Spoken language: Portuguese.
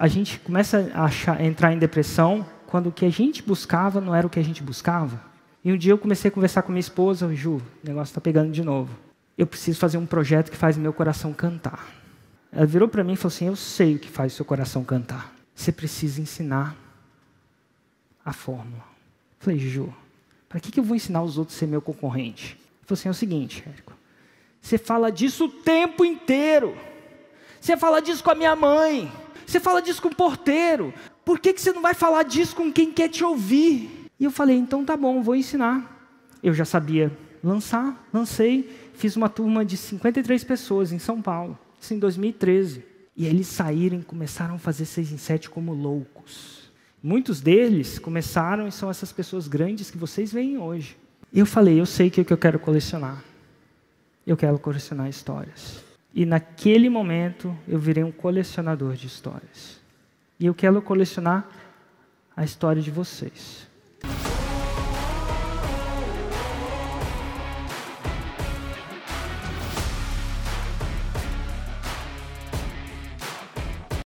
a gente começa a entrar em depressão quando o que a gente buscava não era o que a gente buscava. E um dia eu comecei a conversar com minha esposa, Ju, o negócio está pegando de novo. Eu preciso fazer um projeto que faz meu coração cantar. Ela virou para mim e falou assim, eu sei o que faz o seu coração cantar. Você precisa ensinar a fórmula. Eu falei, Ju, para que eu vou ensinar os outros a ser meu concorrente? Ele falou assim, é o seguinte, Érico, você fala disso o tempo inteiro. Você fala disso com a minha mãe. Você fala disso com o porteiro. Por que você não vai falar disso com quem quer te ouvir? E eu falei, então tá bom, vou ensinar. Eu já sabia lancei, fiz uma turma de 53 pessoas em São Paulo, isso em 2013. E eles saíram e começaram a fazer 6 em 7 como loucos. Muitos deles começaram e são essas pessoas grandes que vocês veem hoje. E eu falei, eu sei o que eu quero colecionar. Eu quero colecionar histórias. E naquele momento eu virei um colecionador de histórias. E eu quero colecionar a história de vocês.